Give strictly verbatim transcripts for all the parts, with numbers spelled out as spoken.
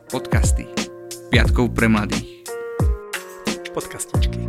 Podcasty. Piatkov pre mladých. Podcastičky.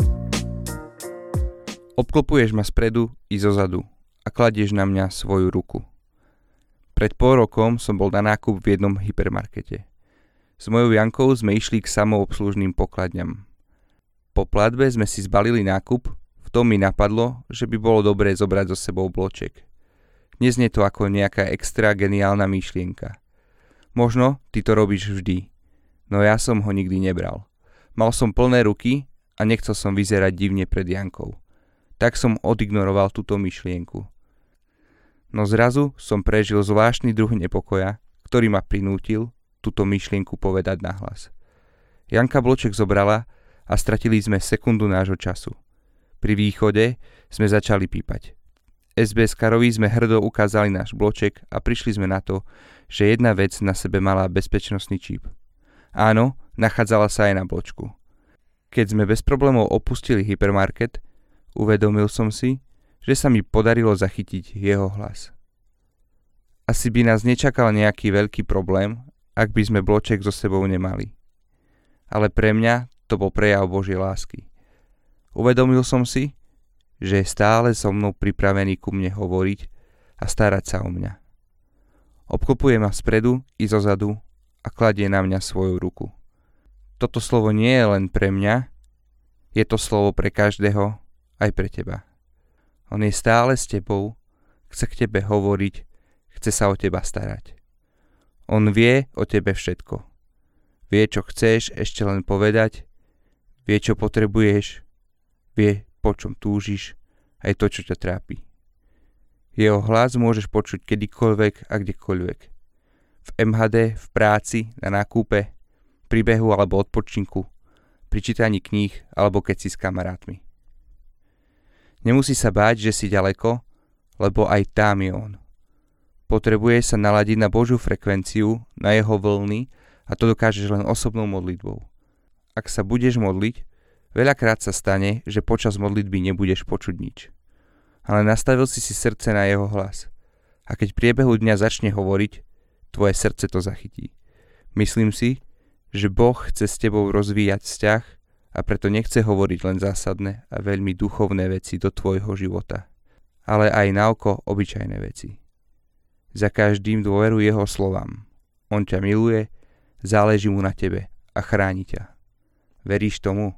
Obklopuješ ma spredu i zozadu a kladieš na mňa svoju ruku. Pred pol rokom som bol na nákup v jednom hypermarkete. S mojou Jankou sme išli k samoobslužným pokladňam. Po platbe sme si zbalili nákup, v tom mi napadlo, že by bolo dobré zobrať so sebou bloček. Neznie to ako nejaká extra geniálna myšlienka. Možno ty to robíš vždy, no ja som ho nikdy nebral. Mal som plné ruky a nechcel som vyzerať divne pred Jankou. Tak som odignoroval túto myšlienku. No zrazu som prežil zvláštny druh nepokoja, ktorý ma prinútil túto myšlienku povedať nahlas. Janka bloček zobrala a stratili sme sekundu nášho času. Pri východe sme začali pípať. es bé eskarovi sme hrdo ukázali náš bloček a prišli sme na to, že jedna vec na sebe mala bezpečnostný čip. Áno, nachádzala sa aj na bločku. Keď sme bez problémov opustili hypermarket, uvedomil som si, že sa mi podarilo zachytiť jeho hlas. Asi by nás nečakal nejaký veľký problém, ak by sme bloček so sebou nemali. Ale pre mňa to bol prejav Božej lásky. Uvedomil som si, že je stále so mnou pripravený ku mne hovoriť a starať sa o mňa. Obklopuje ma spredu i zozadu a kladie na mňa svoju ruku. Toto slovo nie je len pre mňa, je to slovo pre každého, aj pre teba. On je stále s tebou, chce k tebe hovoriť, chce sa o teba starať. On vie o tebe všetko. Vie, čo chceš ešte len povedať, vie, čo potrebuješ, vie, po čom túžiš, aj to, čo ťa trápi. Jeho hlas môžeš počuť kedykoľvek a kdekoľvek. V em há dé, v práci, na nákupe, pri behu alebo odpočinku, pri čítaní kníh alebo keď si s kamarátmi. Nemusí sa báť, že si ďaleko, lebo aj tam je on. Potrebuješ sa naladiť na Božiu frekvenciu, na jeho vlny a to dokážeš len osobnou modlitbou. Ak sa budeš modliť, veľakrát sa stane, že počas modlitby nebudeš počuť nič. Ale nastavil si si srdce na jeho hlas. A keď v priebehu dňa začne hovoriť, tvoje srdce to zachytí. Myslím si, že Boh chce s tebou rozvíjať vzťah a preto nechce hovoriť len zásadné a veľmi duchovné veci do tvojho života, ale aj na oko obyčajné veci. Za každým dôveruj jeho slovám. On ťa miluje, záleží mu na tebe a chráni ťa. Veríš tomu?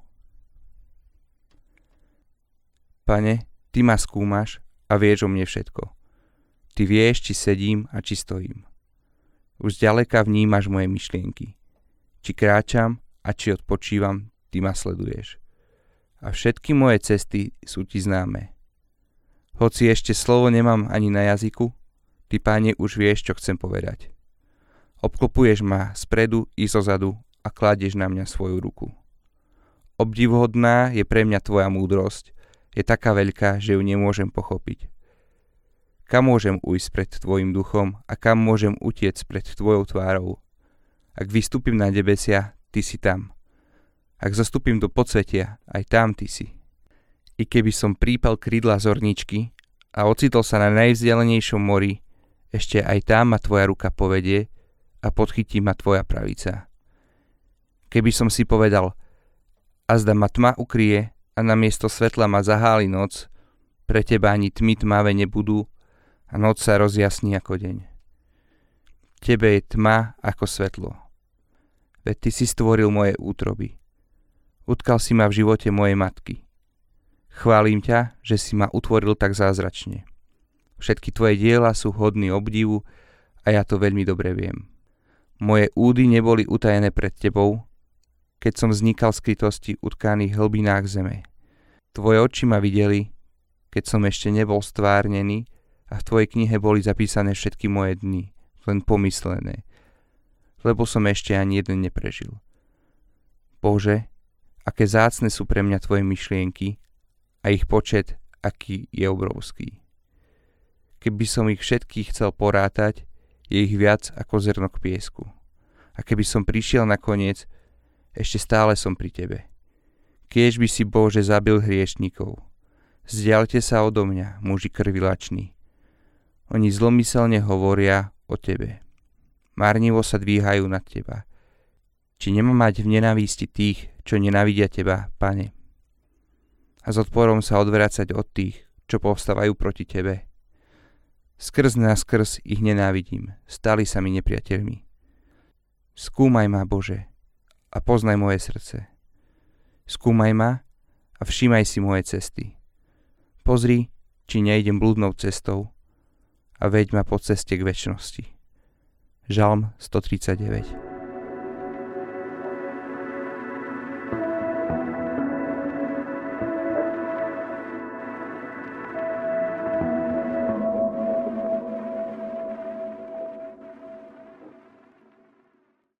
Pane, ty ma skúmaš a vieš o mne všetko. Ty vieš, či sedím a či stojím. Už zďaleka vnímaš moje myšlienky. Či kráčam a či odpočívam, ty ma sleduješ. A všetky moje cesty sú ti známe. Hoci ešte slovo nemám ani na jazyku, ty, Pane, už vieš, čo chcem povedať. Obklopuješ ma spredu i zozadu a kladieš na mňa svoju ruku. Obdivuhodná je pre mňa tvoja múdrosť, je taká veľká, že ju nemôžem pochopiť. Kam môžem ujsť pred tvojim duchom a kam môžem utiecť pred tvojou tvárou? Ak vystúpim na nebesia, ty si tam. Ak zastúpim do podsvetia, aj tam ty si. I keby som prípal krídla zorničky a ocitol sa na najvzdialenejšom mori, ešte aj tam ma tvoja ruka povedie a podchytí ma tvoja pravica. Keby som si povedal, azda ma tma ukryje a namiesto svetla ma zaháli noc, pre teba ani tmy tmavé nebudú a noc sa rozjasní ako deň. Tebe je tma ako svetlo. Veď ty si stvoril moje útroby. Utkal si ma v živote mojej matky. Chválim ťa, že si ma utvoril tak zázračne. Všetky tvoje diela sú hodný obdivu a ja to veľmi dobre viem. Moje údy neboli utajené pred tebou, keď som vznikal v skrytosti utkaných hlbinách zeme. Tvoje oči ma videli, keď som ešte nebol stvárnený a v tvojej knihe boli zapísané všetky moje dni, len pomyslené, lebo som ešte ani jeden neprežil. Bože, aké vzácne sú pre mňa tvoje myšlienky a ich počet, aký je obrovský. Keby som ich všetkých chcel porátať, je ich viac ako zrno k piesku. A keby som prišiel na koniec, ešte stále som pri tebe. Kiež by si, Bože, zabil hriešnikov. Vzdialte sa odo mňa, muži krvilační. Oni zlomyselne hovoria o tebe. Márnivo sa dvíhajú nad teba. či nemá mať v nenávisti tých, čo nenávidia teba, Pane. A s odporom sa odvracať od tých, čo povstávajú proti tebe. Skrz na skrz ich nenávidím, stali sa mi nepriateľmi. Skúmaj ma, Bože, a poznaj moje srdce. Skúmaj ma a všímaj si moje cesty. Pozri, či nejdem blúdnou cestou a veď ma po ceste k večnosti. Žalm stotridsaťdeväť.